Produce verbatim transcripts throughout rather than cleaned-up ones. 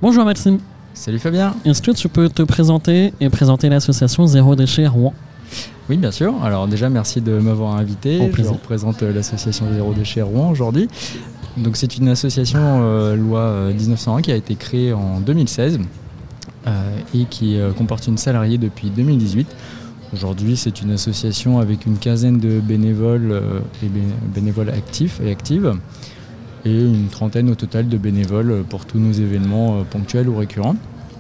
Bonjour Maxime. Salut Fabien. Est-ce que tu peux te présenter et présenter l'association Zéro Déchet Rouen? Oui, bien sûr. Alors déjà, merci de m'avoir invité. Je représente l'association Zéro Déchet Rouen aujourd'hui. Donc c'est une association euh, loi euh, dix-neuf cent un qui a été créée en deux mille seize euh, et qui euh, comporte une salariée depuis deux mille dix-huit. Aujourd'hui, c'est une association avec une quinzaine de bénévoles euh, et bé- bénévoles actifs et actives et une trentaine au total de bénévoles pour tous nos événements euh, ponctuels ou récurrents.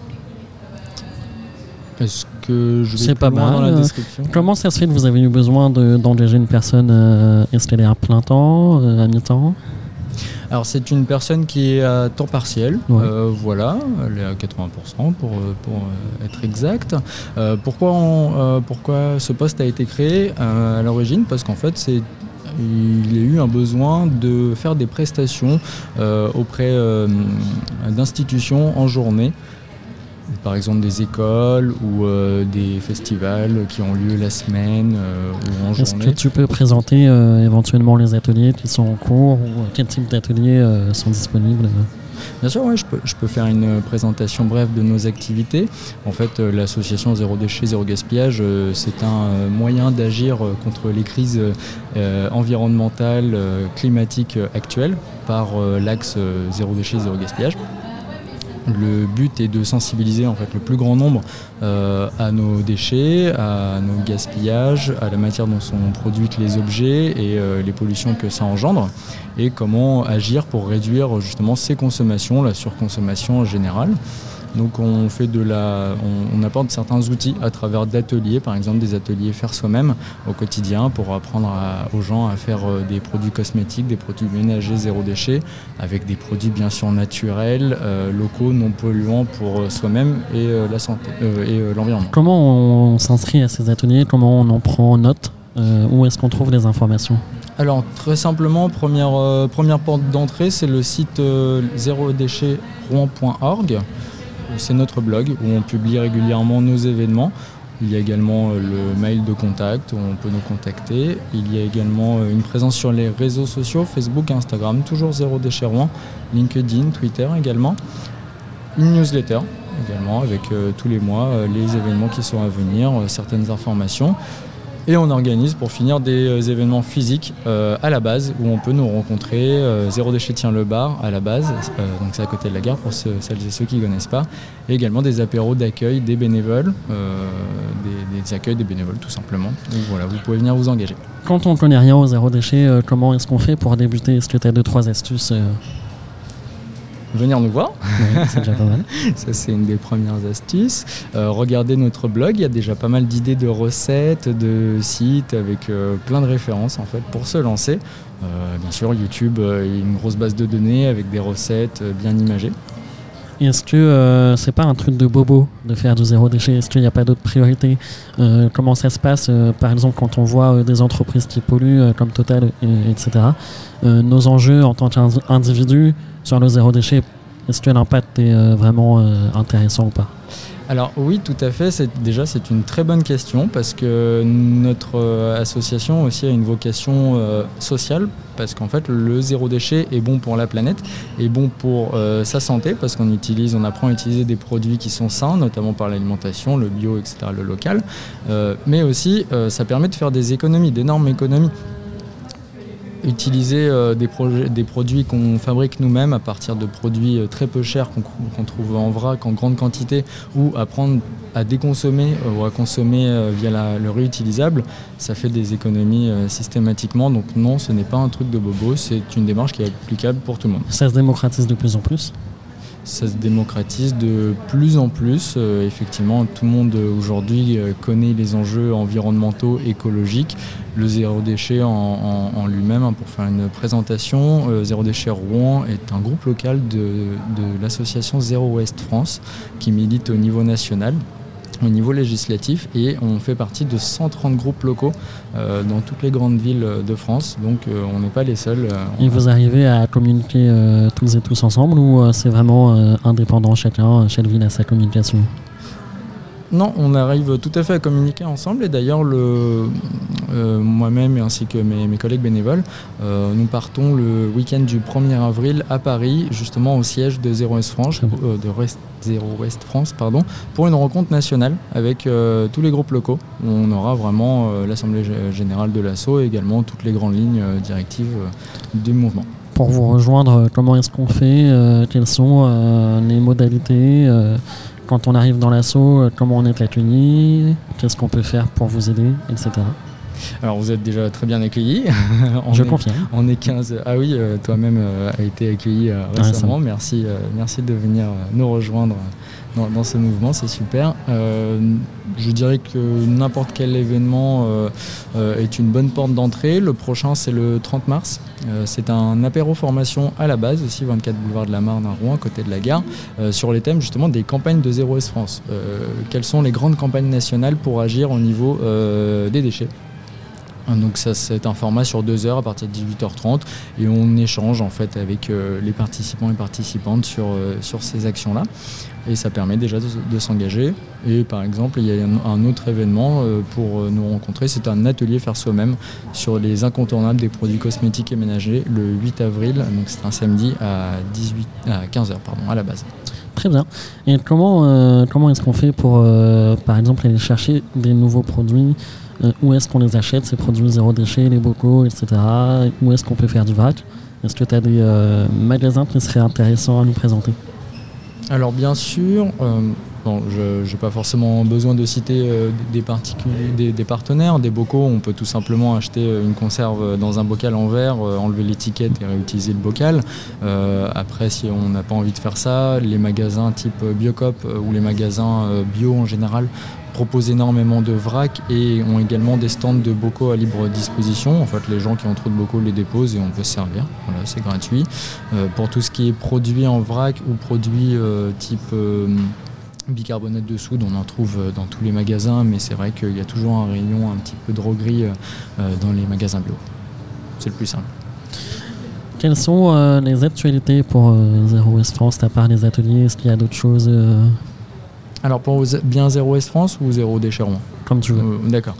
Est-ce que je vais C'est plus pas loin mal. dans la description? Comment ça se fait que vous avez eu besoin de, d'engager une personne euh, installée à plein temps, euh, à mi-temps? Alors c'est une personne qui est à temps partiel, Ouais. euh, voilà, elle est à quatre-vingts pour cent pour, pour euh, être exact. Euh, pourquoi, on, euh, pourquoi ce poste a été créé euh, à l'origine? Parce qu'en fait c'est il y a eu un besoin de faire des prestations euh, auprès euh, d'institutions en journée. Par exemple des écoles ou euh, des festivals qui ont lieu la semaine euh, ou en Est-ce journée. que tu peux présenter euh, éventuellement les ateliers qui sont en cours ou euh, quel type d'ateliers euh, sont disponibles? Bien sûr, ouais, je peux, je peux faire une présentation brève de nos activités. En fait, euh, l'association Zéro Déchet, Zéro Gaspillage, euh, c'est un euh, moyen d'agir euh, contre les crises euh, environnementales, euh, climatiques euh, actuelles par euh, l'axe euh, Zéro Déchet, Zéro Gaspillage. Le but est de sensibiliser en fait le plus grand nombre euh, à nos déchets, à nos gaspillages, à la matière dont sont produits les objets et euh, les pollutions que ça engendre, et comment agir pour réduire justement ces consommations, la surconsommation générale. Donc on fait de la, on, on apporte certains outils à travers d'ateliers, par exemple des ateliers faire soi-même au quotidien pour apprendre à, aux gens à faire euh, des produits cosmétiques, des produits ménagers zéro déchet, avec des produits bien sûr naturels, euh, locaux, non polluants pour euh, soi-même et euh, la santé euh, et euh, l'environnement. Comment on s'inscrit à ces ateliers? Comment on en prend note? euh, Où est-ce qu'on trouve les informations? Alors très simplement, première, euh, première porte d'entrée, c'est le site euh, zéro déchet rouen point org. C'est notre blog où on publie régulièrement nos événements. Il y a également le mail de contact où on peut nous contacter. Il y a également une présence sur les réseaux sociaux, Facebook, Instagram, toujours Zéro Déchet Rouen, LinkedIn, Twitter également. Une newsletter également avec euh, tous les mois euh, les événements qui sont à venir, euh, certaines informations. Et on organise pour finir des euh, événements physiques euh, à la base où on peut nous rencontrer. Euh, Zéro Déchet tient le bar à la base, euh, donc c'est à côté de la gare pour ceux, celles et ceux qui ne connaissent pas. Et également des apéros d'accueil des bénévoles, euh, des, des accueils des bénévoles tout simplement. Donc voilà, vous pouvez venir vous engager. Quand on ne connaît rien au zéro déchet, euh, comment est-ce qu'on fait pour débuter? Est-ce que tu as deux, trois astuces euh... Venir nous voir, ouais, c'est déjà pas mal. Ça c'est une des premières astuces. Euh, regardez notre blog, il y a déjà pas mal d'idées de recettes, de sites avec euh, plein de références en fait pour se lancer. Euh, bien sûr YouTube, euh, il y a une grosse base de données avec des recettes euh, bien imagées. Est-ce que euh, c'est pas un truc de bobo de faire du zéro déchet? Est-ce qu'il n'y a pas d'autres priorités? euh, Comment ça se passe euh, par exemple quand on voit euh, des entreprises qui polluent euh, comme Total, et, et cetera. Euh, nos enjeux en tant qu'individus sur le zéro déchet, est-ce que l'impact est euh, vraiment euh, intéressant ou pas? Alors oui, tout à fait. C'est, déjà, c'est une très bonne question parce que notre euh, association aussi a une vocation euh, sociale parce qu'en fait, le zéro déchet est bon pour la planète, est bon pour euh, sa santé parce qu'on utilise, on apprend à utiliser des produits qui sont sains, notamment par l'alimentation, le bio, et cetera, le local. Euh, mais aussi, euh, ça permet de faire des économies, d'énormes économies. Utiliser euh, des, projets, des produits qu'on fabrique nous-mêmes à partir de produits euh, très peu chers qu'on, qu'on trouve en vrac en grande quantité ou apprendre à déconsommer euh, ou à consommer euh, via la, le réutilisable, ça fait des économies euh, systématiquement. Donc non, ce n'est pas un truc de bobo, c'est une démarche qui est applicable pour tout le monde. Ça se démocratise de plus en plus? Ça se démocratise de plus en plus. Euh, effectivement, tout le monde euh, aujourd'hui euh, connaît les enjeux environnementaux, écologiques. Le zéro déchet en, en, en lui-même, hein, pour faire une présentation, euh, Zéro Déchet Rouen est un groupe local de, de l'association Zéro Ouest France qui milite au niveau national, au niveau législatif, et on fait partie de cent trente groupes locaux euh, dans toutes les grandes villes de France, donc euh, on n'est pas les seuls. Euh, et vous arrivez à communiquer euh, tous et tous ensemble ou euh, c'est vraiment euh, indépendant, chacun, chaque ville a sa communication? Non, on arrive tout à fait à communiquer ensemble et d'ailleurs le, euh, moi-même ainsi que mes, mes collègues bénévoles, euh, nous partons le week-end du premier avril à Paris, justement au siège de Zero Waste France, euh, de Rest, Zero Waste France pardon, pour une rencontre nationale avec euh, tous les groupes locaux. On aura vraiment euh, l'Assemblée générale de l'asso et également toutes les grandes lignes euh, directives euh, du mouvement. Pour vous rejoindre, comment est-ce qu'on fait euh, Quelles sont euh, les modalités euh, quand on arrive dans l'asso, comment on est accueilli, qu'est-ce qu'on peut faire pour vous aider, et cetera. Alors vous êtes déjà très bien accueillis. Je est, confirme. On est quinze. Ah oui, euh, toi-même euh, a été accueilli euh, récemment. Ouais, merci, euh, merci de venir euh, nous rejoindre dans, dans ce mouvement, c'est super. Euh, je dirais que n'importe quel événement euh, euh, est une bonne porte d'entrée. Le prochain, c'est le trente mars. Euh, c'est un apéro formation à la base, ici vingt-quatre boulevard de la Marne à Rouen, à côté de la gare, euh, sur les thèmes justement des campagnes de Zero Waste France. Euh, quelles sont les grandes campagnes nationales pour agir au niveau euh, des déchets? Donc ça, c'est un format sur deux heures à partir de dix-huit heures trente et on échange en fait avec euh, les participants et participantes sur, euh, sur ces actions-là et ça permet déjà de, de s'engager. Et par exemple, il y a un, un autre événement euh, pour nous rencontrer, c'est un atelier faire soi-même sur les incontournables des produits cosmétiques et ménagers le huit avril, donc c'est un samedi à, dix-huit, à quinze heures pardon, à la base. Très bien. Et comment, euh, comment est-ce qu'on fait pour, euh, par exemple, aller chercher des nouveaux produits? Euh, où est-ce qu'on les achète, ces produits zéro déchet, les bocaux, et cetera. Où est-ce qu'on peut faire du vrac? Est-ce que tu as des euh, magasins qui seraient intéressants à nous présenter? Alors bien sûr, euh, bon, je n'ai pas forcément besoin de citer euh, des, particuliers, des, des partenaires. Des bocaux, on peut tout simplement acheter une conserve dans un bocal en verre, euh, enlever l'étiquette et réutiliser le bocal. Euh, après, si on n'a pas envie de faire ça, les magasins type Biocop euh, ou les magasins euh, bio en général proposent énormément de vrac et ont également des stands de bocaux à libre disposition. En fait, les gens qui ont trop de bocaux les déposent et on peut se servir. Voilà, c'est gratuit. Euh, pour tout ce qui est produit en vrac ou produit euh, type euh, bicarbonate de soude, on en trouve dans tous les magasins, mais c'est vrai qu'il y a toujours un rayon un petit peu droguerie euh, dans les magasins bio. C'est le plus simple. Quelles sont euh, les actualités pour euh, Zero Waste France, à part les ateliers? Est-ce qu'il y a d'autres choses euh... Alors pour bien Zero Waste France ou Zéro Déchet Rouen? Comme tu veux. Euh, d'accord.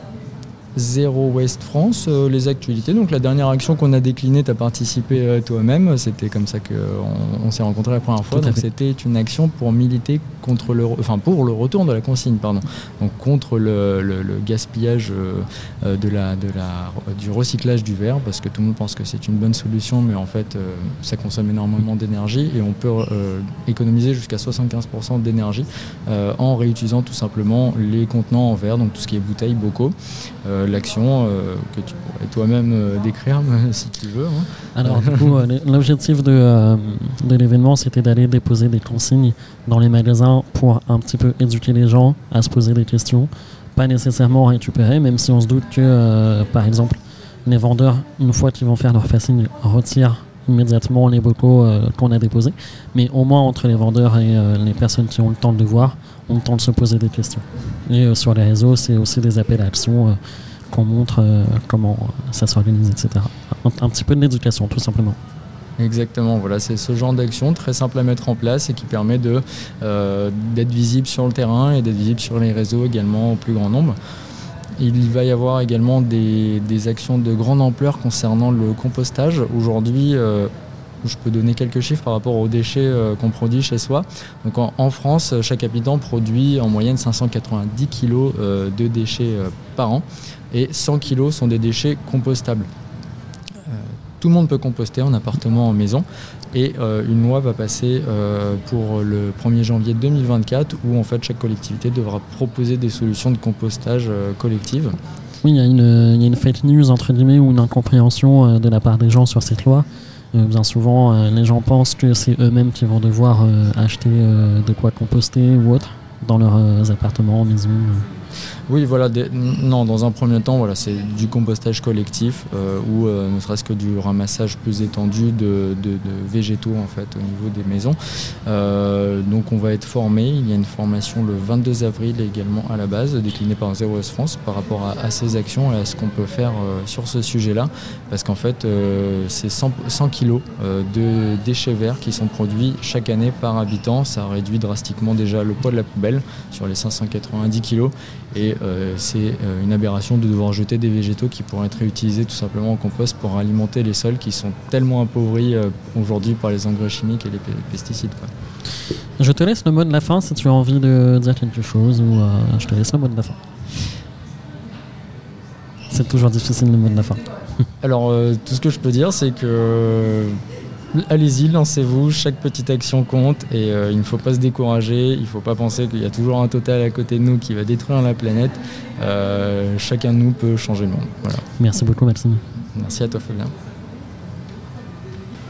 Zero Waste France, euh, les actualités. Donc la dernière action qu'on a déclinée, tu as participé euh, toi-même. C'était comme ça qu'on on s'est rencontrés la première fois. Donc c'était une action pour militer contre le, enfin pour le retour de la consigne, pardon. Donc contre le, le, le gaspillage euh, de la, de la, du recyclage du verre, parce que tout le monde pense que c'est une bonne solution, mais en fait euh, ça consomme énormément d'énergie et on peut euh, économiser jusqu'à soixante-quinze pour cent d'énergie euh, en réutilisant tout simplement les contenants en verre, donc tout ce qui est bouteilles, bocaux. Euh, l'action euh, que tu pourrais toi-même euh, décrire si tu veux. Hein. Alors du coup, euh, l'objectif de, euh, de l'événement, c'était d'aller déposer des consignes dans les magasins pour un petit peu éduquer les gens à se poser des questions, pas nécessairement récupérer, même si on se doute que, euh, par exemple, les vendeurs, une fois qu'ils vont faire leur facing, retirent immédiatement les bocaux euh, qu'on a déposés, mais au moins entre les vendeurs et euh, les personnes qui ont le temps de voir, on tente de se poser des questions. Et euh, sur les réseaux, c'est aussi des appels à action euh, qu'on montre euh, comment ça s'organise, et cetera. Un, un petit peu de l'éducation, tout simplement. Exactement, voilà, c'est ce genre d'action très simple à mettre en place et qui permet de, euh, d'être visible sur le terrain et d'être visible sur les réseaux également au plus grand nombre. Il va y avoir également des, des actions de grande ampleur concernant le compostage. Aujourd'hui, euh, je peux donner quelques chiffres par rapport aux déchets euh, qu'on produit chez soi. Donc en, en France, chaque habitant produit en moyenne cinq cent quatre-vingt-dix kilos euh, de déchets euh, par an et cent kilos sont des déchets compostables. Euh, tout le monde peut composter en appartement, en maison. Et euh, une loi va passer euh, pour le premier janvier deux mille vingt-quatre où en fait chaque collectivité devra proposer des solutions de compostage euh, collective. Oui, il y a une, il y a une fake news entre guillemets ou une incompréhension euh, de la part des gens sur cette loi. Euh, bien souvent, euh, les gens pensent que c'est eux-mêmes qui vont devoir euh, acheter euh, de quoi composter ou autre dans leurs euh, appartements, maisons. Oui, voilà. Des, non, dans un premier temps, voilà, c'est du compostage collectif euh, ou euh, ne serait-ce que du ramassage plus étendu de, de, de végétaux en fait au niveau des maisons. Euh, donc on va être formé. Il y a une formation le vingt-deux avril également à la base, déclinée par Zero Waste France par rapport à, à ces actions et à ce qu'on peut faire euh, sur ce sujet-là. Parce qu'en fait, euh, c'est cent, cent kilos euh, de déchets verts qui sont produits chaque année par habitant. Ça réduit drastiquement déjà le poids de la poubelle sur les cinq cent quatre-vingt-dix kilos. Et euh, c'est euh, une aberration de devoir jeter des végétaux qui pourraient être réutilisés tout simplement en compost pour alimenter les sols qui sont tellement appauvris euh, aujourd'hui par les engrais chimiques et les p- pesticides. Quoi. Je te laisse le mot de la fin si tu as envie de dire quelque chose ou euh, je te laisse le mot de la fin. C'est toujours difficile le mot de la fin. Alors euh, tout ce que je peux dire c'est que euh, allez-y, lancez-vous, chaque petite action compte et euh, il ne faut pas se décourager, il ne faut pas penser qu'il y a toujours un Total à côté de nous qui va détruire la planète. Euh, chacun de nous peut changer le monde. Voilà. Merci beaucoup Maxime. Merci à toi Fabien.